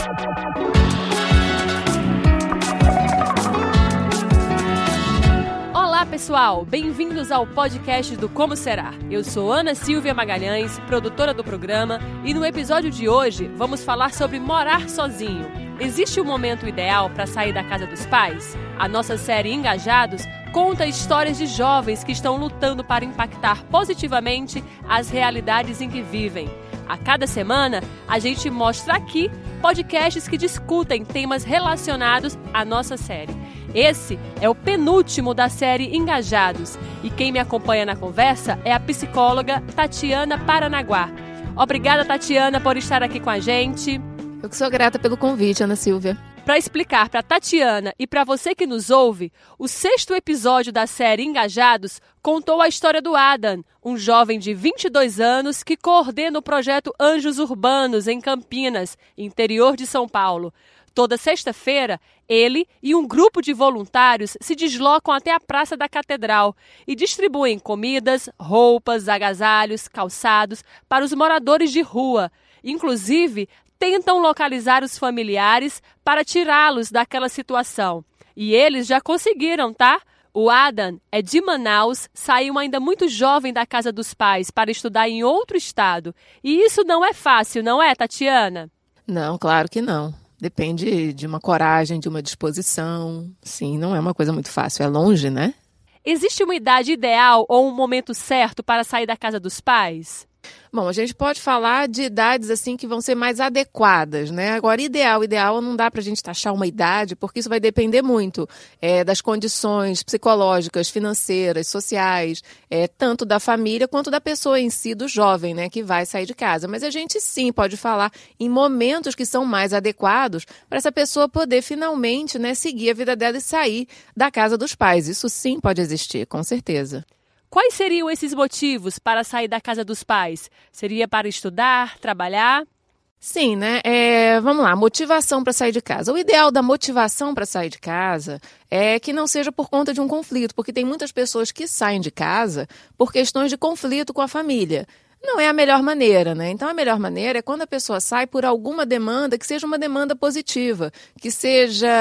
Olá pessoal, bem-vindos ao podcast do Como Será. Eu sou Ana Silvia Magalhães, produtora do programa, e no episódio de hoje vamos falar sobre morar sozinho. Existe um momento ideal para sair da casa dos pais? A nossa série Engajados conta histórias de jovens que estão lutando para impactar positivamente as realidades em que vivem. A cada semana, a gente mostra aqui podcasts que discutem temas relacionados à nossa série. Esse é o penúltimo da série Engajados. E quem me acompanha na conversa é a psicóloga Tatiana Paranaguá. Obrigada, Tatiana, por estar aqui com a gente. Eu que sou grata pelo convite, Ana Silvia. Para explicar para Tatiana e para você que nos ouve, o 6º episódio da série Engajados contou a história do Adam, um jovem de 22 anos que coordena o projeto Anjos Urbanos em Campinas, interior de São Paulo. Toda sexta-feira, ele e um grupo de voluntários se deslocam até a Praça da Catedral e distribuem comidas, roupas, agasalhos, calçados para os moradores de rua. Inclusive, tentam localizar os familiares para tirá-los daquela situação. E eles já conseguiram, tá? O Adam é de Manaus, saiu ainda muito jovem da casa dos pais para estudar em outro estado. E isso não é fácil, não é, Tatiana? Não, claro que não. Depende de uma coragem, de uma disposição. Sim, não é uma coisa muito fácil. É longe, né? Existe uma idade ideal ou um momento certo para sair da casa dos pais? Bom, a gente pode falar de idades assim que vão ser mais adequadas, né? Agora, ideal não dá para a gente taxar uma idade, porque isso vai depender muito das condições psicológicas, financeiras, sociais, tanto da família quanto da pessoa em si, do jovem, né, que vai sair de casa. Mas a gente sim pode falar em momentos que são mais adequados para essa pessoa poder finalmente, né, seguir a vida dela e sair da casa dos pais. Isso sim pode existir, com certeza. Quais seriam esses motivos para sair da casa dos pais? Seria para estudar, trabalhar? Sim, né? Vamos lá, motivação para sair de casa. O ideal da motivação para sair de casa é que não seja por conta de um conflito, porque tem muitas pessoas que saem de casa por questões de conflito com a família. Não é a melhor maneira, né? Então, a melhor maneira é quando a pessoa sai por alguma demanda que seja uma demanda positiva, que seja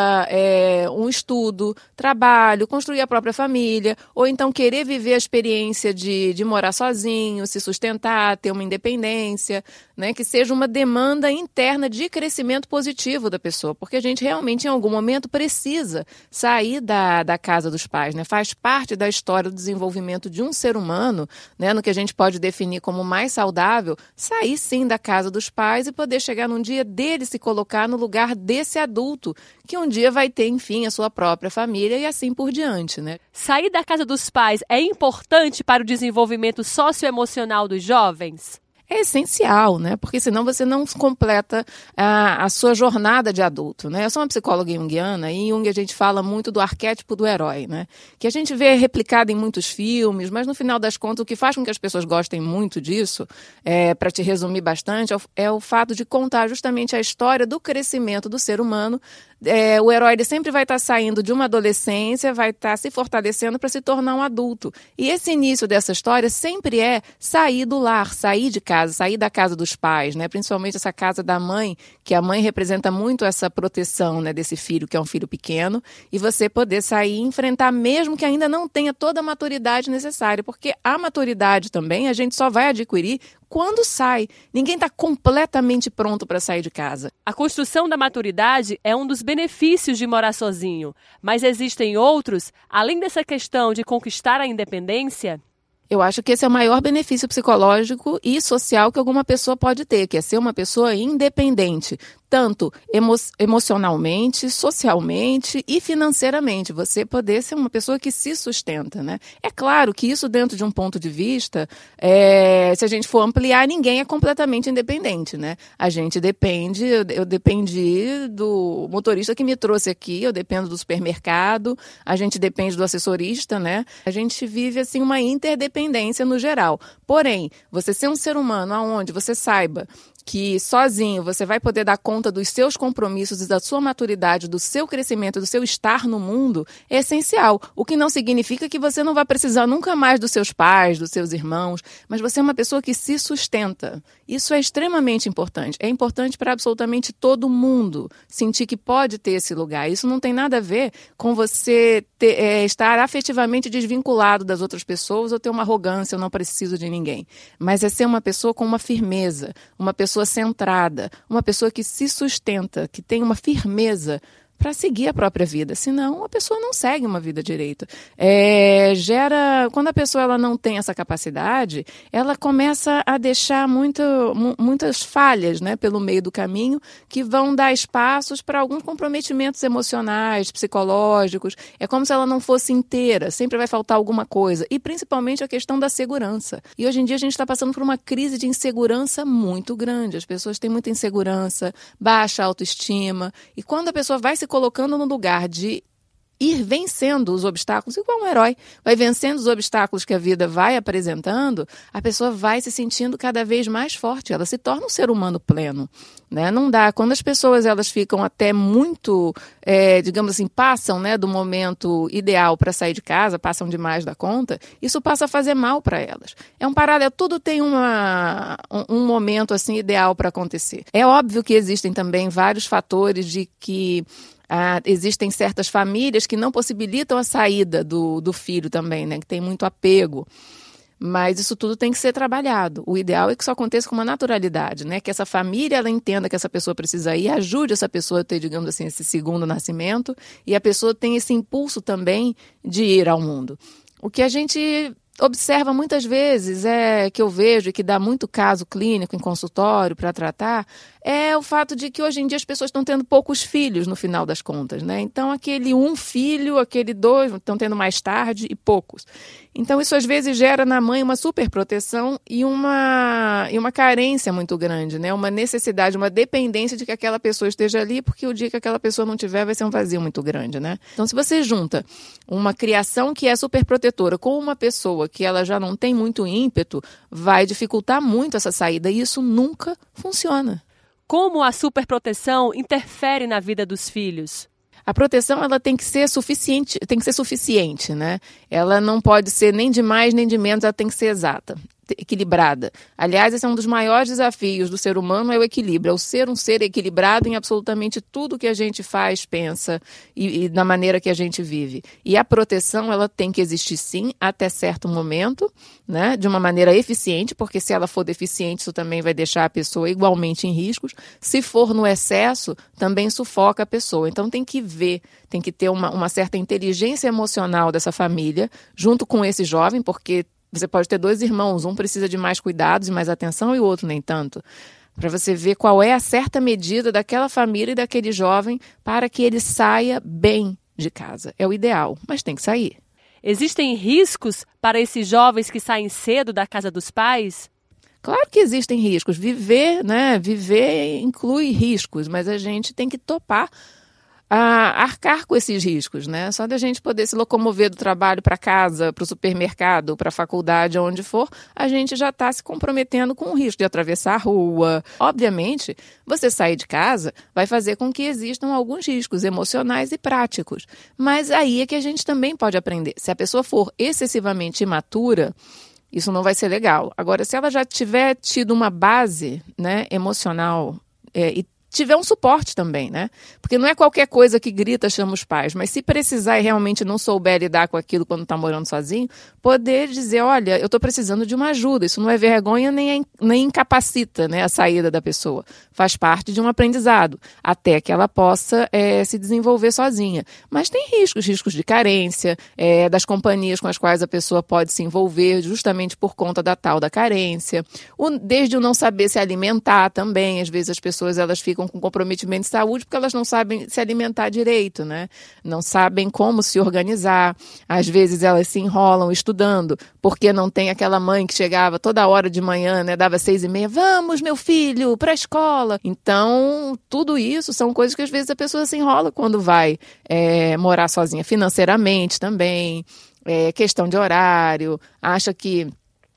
um estudo, trabalho, construir a própria família, ou então querer viver a experiência de morar sozinho, se sustentar, ter uma independência, né? Que seja uma demanda interna de crescimento positivo da pessoa, porque a gente realmente, em algum momento, precisa sair da casa dos pais, né? Faz parte da história do desenvolvimento de um ser humano, né? No que a gente pode definir como mais saudável, sair sim da casa dos pais e poder chegar num dia dele se colocar no lugar desse adulto, que um dia vai ter, enfim, a sua própria família e assim por diante, né? Sair da casa dos pais é importante para o desenvolvimento socioemocional dos jovens? É essencial, né? Porque senão você não completa a sua jornada de adulto, né? Eu sou uma psicóloga junguiana e em Jung a gente fala muito do arquétipo do herói, né? Que a gente vê replicado em muitos filmes, mas no final das contas o que faz com que as pessoas gostem muito disso, para te resumir bastante, é o fato de contar justamente a história do crescimento do ser humano. O herói ele sempre vai estar saindo de uma adolescência, vai estar se fortalecendo para se tornar um adulto. E esse início dessa história sempre é sair do lar, sair de casa, sair da casa dos pais, né? Principalmente essa casa da mãe, que a mãe representa muito essa proteção, né, desse filho, que é um filho pequeno, e você poder sair e enfrentar mesmo que ainda não tenha toda a maturidade necessária, porque a maturidade também a gente só vai adquirir quando sai. Ninguém está completamente pronto para sair de casa. A construção da maturidade é um dos benefícios de morar sozinho, mas existem outros, além dessa questão de conquistar a independência? Eu acho que esse é o maior benefício psicológico e social que alguma pessoa pode ter, que é ser uma pessoa independente, tanto emocionalmente, socialmente e financeiramente. Você poder ser uma pessoa que se sustenta, né? É claro que isso dentro de um ponto de vista, se a gente for ampliar, ninguém é completamente independente, né? A gente depende, eu dependi do motorista que me trouxe aqui, eu dependo do supermercado, a gente depende do assessorista, né? A gente vive assim uma interdependência no geral. Porém, você ser um ser humano onde você saiba que sozinho você vai poder dar conta dos seus compromissos e da sua maturidade, do seu crescimento, do seu estar no mundo, é essencial. O que não significa que você não vai precisar nunca mais dos seus pais, dos seus irmãos, mas você é uma pessoa que se sustenta. Isso é extremamente importante. É importante para absolutamente todo mundo sentir que pode ter esse lugar. Isso não tem nada a ver com você estar afetivamente desvinculado das outras pessoas ou ter uma arrogância, eu não preciso de ninguém. Mas é ser uma pessoa com uma firmeza, uma pessoa centrada, uma pessoa que se sustenta, que tem uma firmeza para seguir a própria vida. Senão, a pessoa não segue uma vida direito. Quando a pessoa ela não tem essa capacidade, ela começa a deixar muitas falhas, né, pelo meio do caminho, que vão dar espaços para alguns comprometimentos emocionais, psicológicos. É como se ela não fosse inteira, sempre vai faltar alguma coisa. E principalmente a questão da segurança. E hoje em dia a gente está passando por uma crise de insegurança muito grande. As pessoas têm muita insegurança, baixa autoestima. E quando a pessoa vai se colocando no lugar de ir vencendo os obstáculos, igual um herói, vai vencendo os obstáculos que a vida vai apresentando, a pessoa vai se sentindo cada vez mais forte, ela se torna um ser humano pleno, né? Não dá, quando as pessoas elas ficam até muito, digamos assim, passam, né, do momento ideal para sair de casa, passam demais da conta, isso passa a fazer mal para elas. É um paralelo, tudo tem um momento assim ideal para acontecer. É óbvio que existem também vários fatores de que existem certas famílias que não possibilitam a saída do filho também, né? Que tem muito apego. Mas isso tudo tem que ser trabalhado. O ideal é que isso aconteça com uma naturalidade, né? Que essa família ela entenda que essa pessoa precisa ir, ajude essa pessoa a ter, digamos assim, esse segundo nascimento, e a pessoa tem esse impulso também de ir ao mundo. O que a gente observa muitas vezes, que eu vejo e que dá muito caso clínico em consultório para tratar, é o fato de que hoje em dia as pessoas estão tendo poucos filhos no final das contas, né? Então aquele um filho, aquele dois, estão tendo mais tarde e poucos. Então isso às vezes gera na mãe uma superproteção e uma carência muito grande, né? Uma necessidade, uma dependência de que aquela pessoa esteja ali, porque o dia que aquela pessoa não tiver vai ser um vazio muito grande, né? Então se você junta uma criação que é superprotetora com uma pessoa que ela já não tem muito ímpeto, vai dificultar muito essa saída e isso nunca funciona. Como a superproteção interfere na vida dos filhos? A proteção ela tem que ser suficiente, né? Ela não pode ser nem de mais nem de menos, ela tem que ser exata, equilibrada. Aliás, esse é um dos maiores desafios do ser humano, é o equilíbrio, é o ser um ser equilibrado em absolutamente tudo que a gente faz, pensa e na maneira que a gente vive. E a proteção, ela tem que existir sim, até certo momento, né, de uma maneira eficiente, porque se ela for deficiente, isso também vai deixar a pessoa igualmente em riscos. Se for no excesso, também sufoca a pessoa. Então tem que ver, tem que ter uma certa inteligência emocional dessa família, junto com esse jovem, porque você pode ter dois irmãos, um precisa de mais cuidados e mais atenção e o outro nem tanto. Para você ver qual é a certa medida daquela família e daquele jovem para que ele saia bem de casa. É o ideal, mas tem que sair. Existem riscos para esses jovens que saem cedo da casa dos pais? Claro que existem riscos. Viver inclui riscos, mas a gente tem que topar arcar com esses riscos, né? Só da gente poder se locomover do trabalho para casa, para o supermercado, para a faculdade, onde for, a gente já está se comprometendo com o risco de atravessar a rua. Obviamente, você sair de casa vai fazer com que existam alguns riscos emocionais e práticos. Mas aí é que a gente também pode aprender. Se a pessoa for excessivamente imatura, isso não vai ser legal. Agora, se ela já tiver tido uma base, né, emocional e tiver um suporte também, né? Porque não é qualquer coisa que grita, chama os pais, mas se precisar e realmente não souber lidar com aquilo quando está morando sozinho, poder dizer, olha, eu estou precisando de uma ajuda. Isso não é vergonha nem incapacita, né, a saída da pessoa. Faz parte de um aprendizado, até que ela possa se desenvolver sozinha. Mas tem riscos de carência, das companhias com as quais a pessoa pode se envolver justamente por conta da tal da carência. Desde o não saber se alimentar também, às vezes as pessoas elas ficam com comprometimento de saúde porque elas não sabem se alimentar direito, né? Não sabem como se organizar. Às vezes elas se enrolam estudando porque não tem aquela mãe que chegava toda hora de manhã, né? Dava 6h30, vamos meu filho para a escola. Então, tudo isso são coisas que às vezes a pessoa se enrola quando vai morar sozinha, financeiramente também, questão de horário, acha que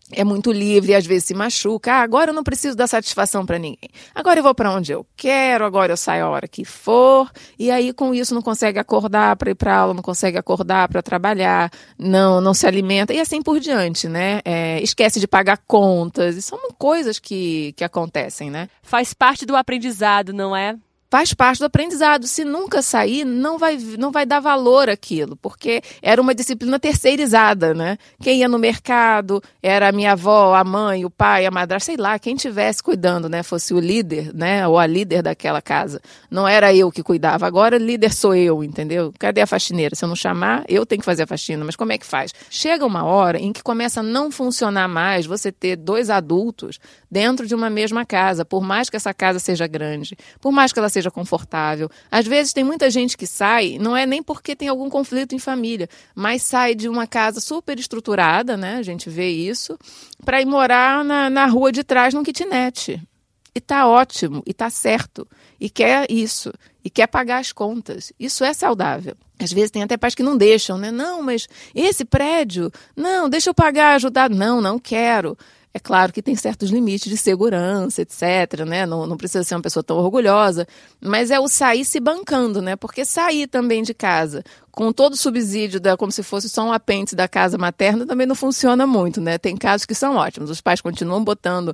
é muito livre e às vezes se machuca. Agora eu não preciso dar satisfação para ninguém. Agora eu vou para onde eu quero, agora eu saio a hora que for. E aí com isso não consegue acordar para ir para aula, não consegue acordar para trabalhar, não se alimenta e assim por diante, né? Esquece de pagar contas. E são coisas que acontecem, né? Faz parte do aprendizado, não é? Faz parte do aprendizado. Se nunca sair, não vai dar valor àquilo, porque era uma disciplina terceirizada, né? Quem ia no mercado era a minha avó, a mãe, o pai, a madrasta, sei lá, quem estivesse cuidando, né? Fosse o líder, né? Ou a líder daquela casa. Não era eu que cuidava. Agora, líder sou eu, entendeu? Cadê a faxineira? Se eu não chamar, eu tenho que fazer a faxina. Mas como é que faz? Chega uma hora em que começa a não funcionar mais você ter 2 adultos dentro de uma mesma casa, por mais que essa casa seja grande, por mais que ela seja confortável. Às vezes tem muita gente que sai, não é nem porque tem algum conflito em família, mas sai de uma casa super estruturada, né? A gente vê isso, para ir morar na rua de trás num kitnet. E tá ótimo, e tá certo, e quer isso, e quer pagar as contas. Isso é saudável. Às vezes tem até pais que não deixam, né? Não, mas esse prédio, não, deixa eu pagar, ajudar. Não quero. É claro que tem certos limites de segurança, etc., né? Não precisa ser uma pessoa tão orgulhosa, mas é o sair se bancando, né? Porque sair também de casa com todo o subsídio, como se fosse só um apêndice da casa materna, também não funciona muito, né? Tem casos que são ótimos. Os pais continuam botando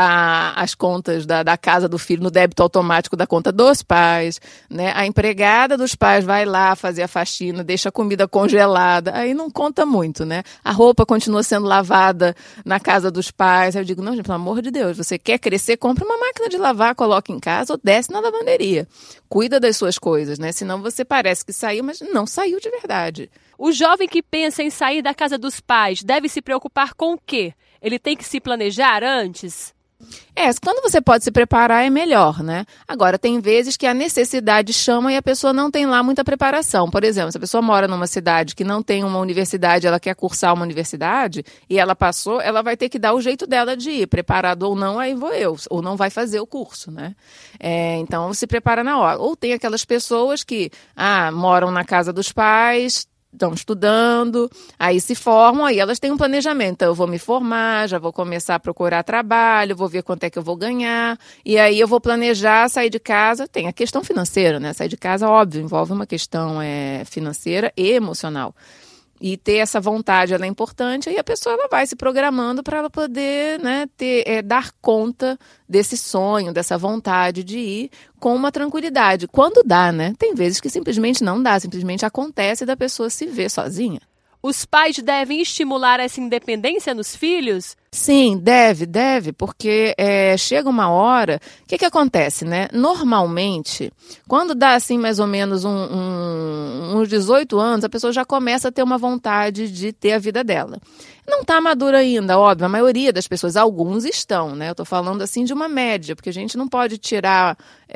as contas da casa do filho no débito automático da conta dos pais, né? A empregada dos pais vai lá fazer a faxina, deixa a comida congelada, aí não conta muito, né? A roupa continua sendo lavada na casa dos pais. Aí eu digo, não, gente, pelo amor de Deus, você quer crescer, compra uma máquina de lavar, coloca em casa ou desce na lavanderia. Cuida das suas coisas, né? Senão você parece que saiu, mas não saiu de verdade. O jovem que pensa em sair da casa dos pais deve se preocupar com o quê? Ele tem que se planejar antes? Quando você pode se preparar é melhor, né? Agora, tem vezes que a necessidade chama e a pessoa não tem lá muita preparação. Por exemplo, se a pessoa mora numa cidade que não tem uma universidade, ela quer cursar uma universidade e ela passou, ela vai ter que dar o jeito dela de ir, preparado ou não, aí vou eu, ou não vai fazer o curso, né? Então, se prepara na hora. Ou tem aquelas pessoas que moram na casa dos pais, estão estudando, aí se formam, aí elas têm um planejamento. Então, eu vou me formar, já vou começar a procurar trabalho, vou ver quanto é que eu vou ganhar, e aí eu vou planejar sair de casa. Tem a questão financeira, né? Sair de casa, óbvio, envolve uma questão financeira e emocional. E ter essa vontade, ela é importante, aí a pessoa ela vai se programando para ela poder, né, dar conta desse sonho, dessa vontade de ir com uma tranquilidade. Quando dá, né? Tem vezes que simplesmente não dá, simplesmente acontece da pessoa se ver sozinha. Os pais devem estimular essa independência nos filhos? Sim, deve, porque chega uma hora, o que acontece, né? Normalmente, quando dá assim mais ou menos uns 18 anos, a pessoa já começa a ter uma vontade de ter a vida dela. Não está madura ainda, óbvio, a maioria das pessoas, alguns estão, né? Eu estou falando assim de uma média, porque a gente não pode tirar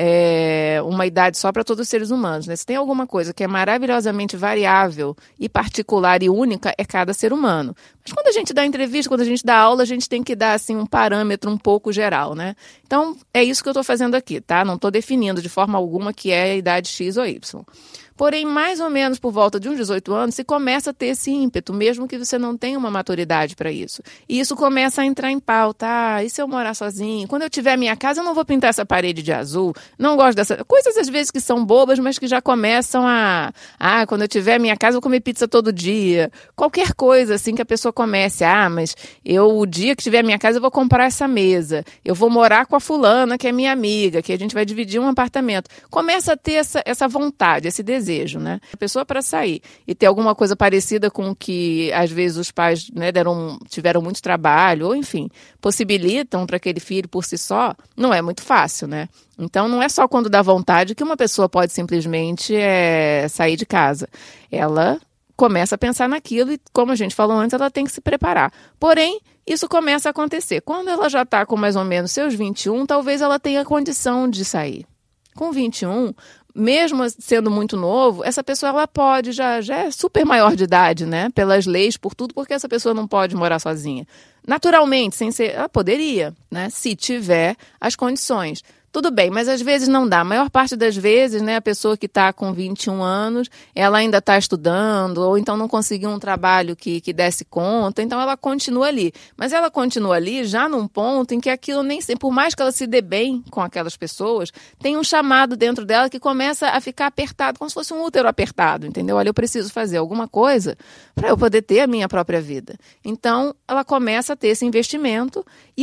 uma idade só para todos os seres humanos, né? Se tem alguma coisa que é maravilhosamente variável e particular e única, é cada ser humano. Mas quando a gente dá entrevista, quando a gente dá aula, a gente tem que dar assim, um parâmetro um pouco geral, né? Então, é isso que eu estou fazendo aqui, tá? Não estou definindo de forma alguma que é a idade X ou Y. Porém, mais ou menos por volta de uns 18 anos, se começa a ter esse ímpeto, mesmo que você não tenha uma maturidade para isso. E isso começa a entrar em pauta. E se eu morar sozinho? Quando eu tiver minha casa, eu não vou pintar essa parede de azul. Não gosto dessa... Coisas, às vezes, que são bobas, mas que já começam quando eu tiver minha casa, eu vou comer pizza todo dia. Qualquer coisa, assim, que a pessoa comece. Mas o dia que tiver minha casa, eu vou comprar essa mesa. Eu vou morar com a fulana, que é minha amiga, que a gente vai dividir um apartamento. Começa a ter essa vontade, esse desejo. Né? A pessoa para sair e ter alguma coisa parecida com o que às vezes os pais, né, tiveram muito trabalho ou enfim, possibilitam para aquele filho por si só, não é muito fácil, né? Então não é só quando dá vontade que uma pessoa pode simplesmente sair de casa. Ela começa a pensar naquilo e, como a gente falou antes, ela tem que se preparar. Porém, isso começa a acontecer. Quando ela já está com mais ou menos seus 21, talvez ela tenha condição de sair. Com 21, mesmo sendo muito novo, essa pessoa ela pode, já é super maior de idade, né? Pelas leis, por tudo, porque essa pessoa não pode morar sozinha. Naturalmente, sem ser, ela poderia, né? Se tiver as condições. tudo bem, mas às vezes não dá. A maior parte das vezes, né, a pessoa que está com 21 anos, ela ainda está estudando, ou então não conseguiu um trabalho que desse conta, então ela continua ali. Mas ela continua ali já num ponto em que aquilo nem sempre, por mais que ela se dê bem com aquelas pessoas, tem um chamado dentro dela que começa a ficar apertado, como se fosse um útero apertado, entendeu? Olha, eu preciso fazer alguma coisa para eu poder ter a minha própria vida. Então, ela começa a ter esse investimento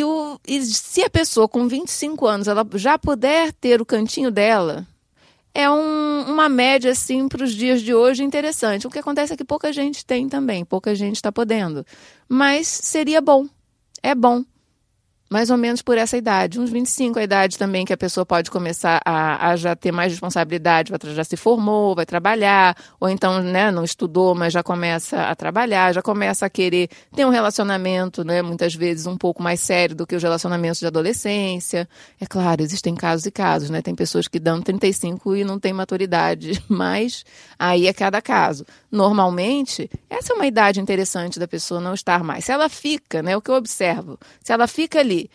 e se a pessoa com 25 anos, ela já puder ter o cantinho dela, é uma média, assim, para os dias de hoje interessante. O que acontece é que pouca gente tem também, pouca gente está podendo. Mas seria bom, é bom. Mais ou menos por essa idade, uns 25, a idade também que a pessoa pode começar a já ter mais responsabilidade, já se formou, vai trabalhar, ou então, né, não estudou, mas já começa a trabalhar, já começa a querer ter um relacionamento, né, muitas vezes um pouco mais sério do que os relacionamentos de adolescência. É claro, existem casos e casos, né, tem pessoas que dão 35 e não têm maturidade, mas aí é cada caso. Normalmente, essa é uma idade interessante da pessoa não estar mais. Se ela fica, né, o que eu observo, se ela fica ali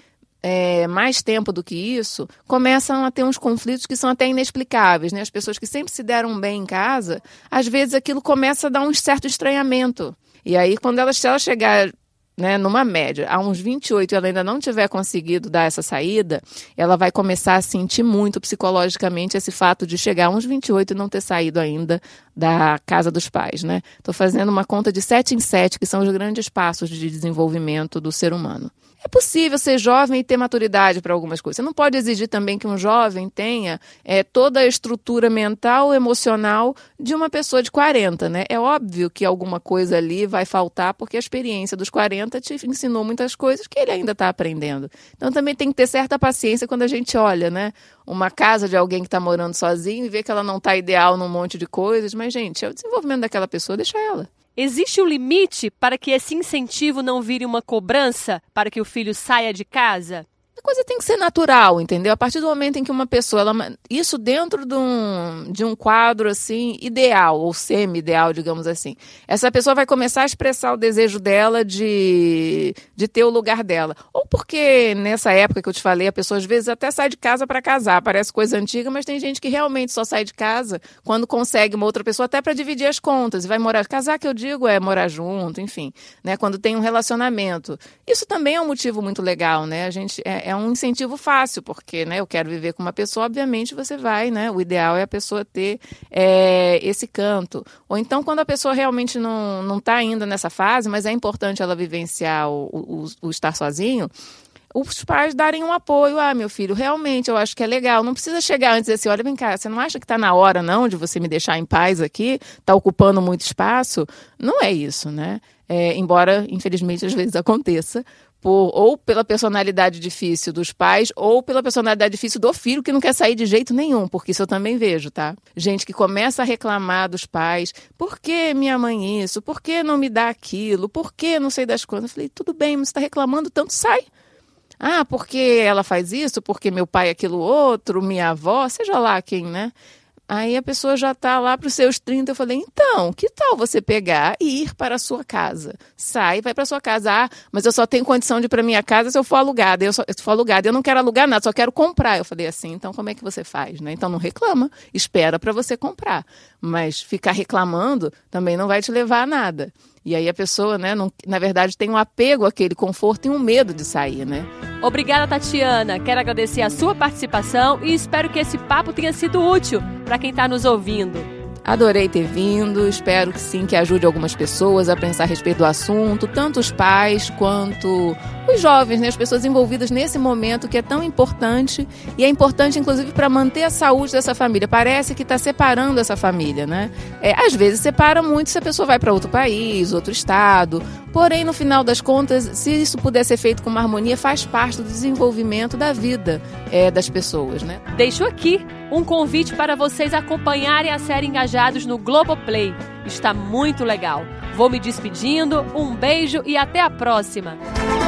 mais tempo do que isso, começam a ter uns conflitos que são até inexplicáveis, né? As pessoas que sempre se deram bem em casa, às vezes aquilo começa a dar um certo estranhamento. E aí, se ela chegar, né, numa média, a uns 28 e ela ainda não tiver conseguido dar essa saída, ela vai começar a sentir muito psicologicamente esse fato de chegar a uns 28 e não ter saído ainda da casa dos pais, né? Estou fazendo uma conta de 7 em 7, que são os grandes passos de desenvolvimento do ser humano. É possível ser jovem e ter maturidade para algumas coisas. Você não pode exigir também que um jovem tenha toda a estrutura mental, emocional de uma pessoa de 40, né? É óbvio que alguma coisa ali vai faltar, porque a experiência dos 40 te ensinou muitas coisas que ele ainda está aprendendo. Então também tem que ter certa paciência quando a gente olha, né, uma casa de alguém que está morando sozinho e vê que ela não está ideal num monte de coisas. Mas, gente, é o desenvolvimento daquela pessoa, deixa ela. Existe um limite para que esse incentivo não vire uma cobrança para que o filho saia de casa? A coisa tem que ser natural, entendeu? A partir do momento em que uma pessoa, isso dentro de um quadro assim ideal ou semi-ideal, digamos assim, essa pessoa vai começar a expressar o desejo dela de ter o lugar dela. Ou porque nessa época que eu te falei, a pessoa às vezes até sai de casa para casar, parece coisa antiga, mas tem gente que realmente só sai de casa quando consegue uma outra pessoa até para dividir as contas e vai morar. Casar, que eu digo, é morar junto, enfim, né? Quando tem um relacionamento. Isso também é um motivo muito legal, né? A gente é um incentivo fácil, porque, né, eu quero viver com uma pessoa, obviamente você vai, né? O ideal é a pessoa ter esse canto. Ou então, quando a pessoa realmente não está ainda nessa fase, mas é importante ela vivenciar o estar sozinho, os pais darem um apoio. Ah, meu filho, realmente, eu acho que é legal. Não precisa chegar antes e dizer assim, olha, vem cá, você não acha que está na hora, não, de você me deixar em paz aqui? Está ocupando muito espaço? Não é isso, né? Embora, infelizmente, às vezes aconteça, ou pela personalidade difícil dos pais, ou pela personalidade difícil do filho que não quer sair de jeito nenhum, porque isso eu também vejo, tá? Gente que começa a reclamar dos pais, por que minha mãe isso? Por que não me dá aquilo? Por que não sei das coisas? Eu falei, tudo bem, mas você está reclamando tanto, sai. Ah, porque ela faz isso, porque meu pai é aquilo outro, minha avó, seja lá quem, né? Aí a pessoa já está lá para os seus 30, eu falei, então, que tal você pegar e ir para a sua casa? Sai, vai para a sua casa. Ah, mas eu só tenho condição de ir para a minha casa se eu for alugada. Eu for alugada, eu não quero alugar nada, só quero comprar. Eu falei assim, então como é que você faz, né? Então não reclama, espera para você comprar. Mas ficar reclamando também não vai te levar a nada. E aí a pessoa, né, na verdade, tem um apego àquele conforto e um medo de sair, né? Obrigada, Tatiana. Quero agradecer a sua participação e espero que esse papo tenha sido útil para quem está nos ouvindo. Adorei ter vindo, espero que sim, que ajude algumas pessoas a pensar a respeito do assunto, tanto os pais quanto os jovens, né, as pessoas envolvidas nesse momento que é tão importante e é importante inclusive para manter a saúde dessa família. Parece que está separando essa família, né? Às vezes separa muito se a pessoa vai para outro país, outro estado, porém no final das contas, se isso puder ser feito com uma harmonia, faz parte do desenvolvimento da vida das pessoas, né? Deixo aqui um convite para vocês acompanharem a série Engajados no Globoplay. Está muito legal. Vou me despedindo, um beijo e até a próxima!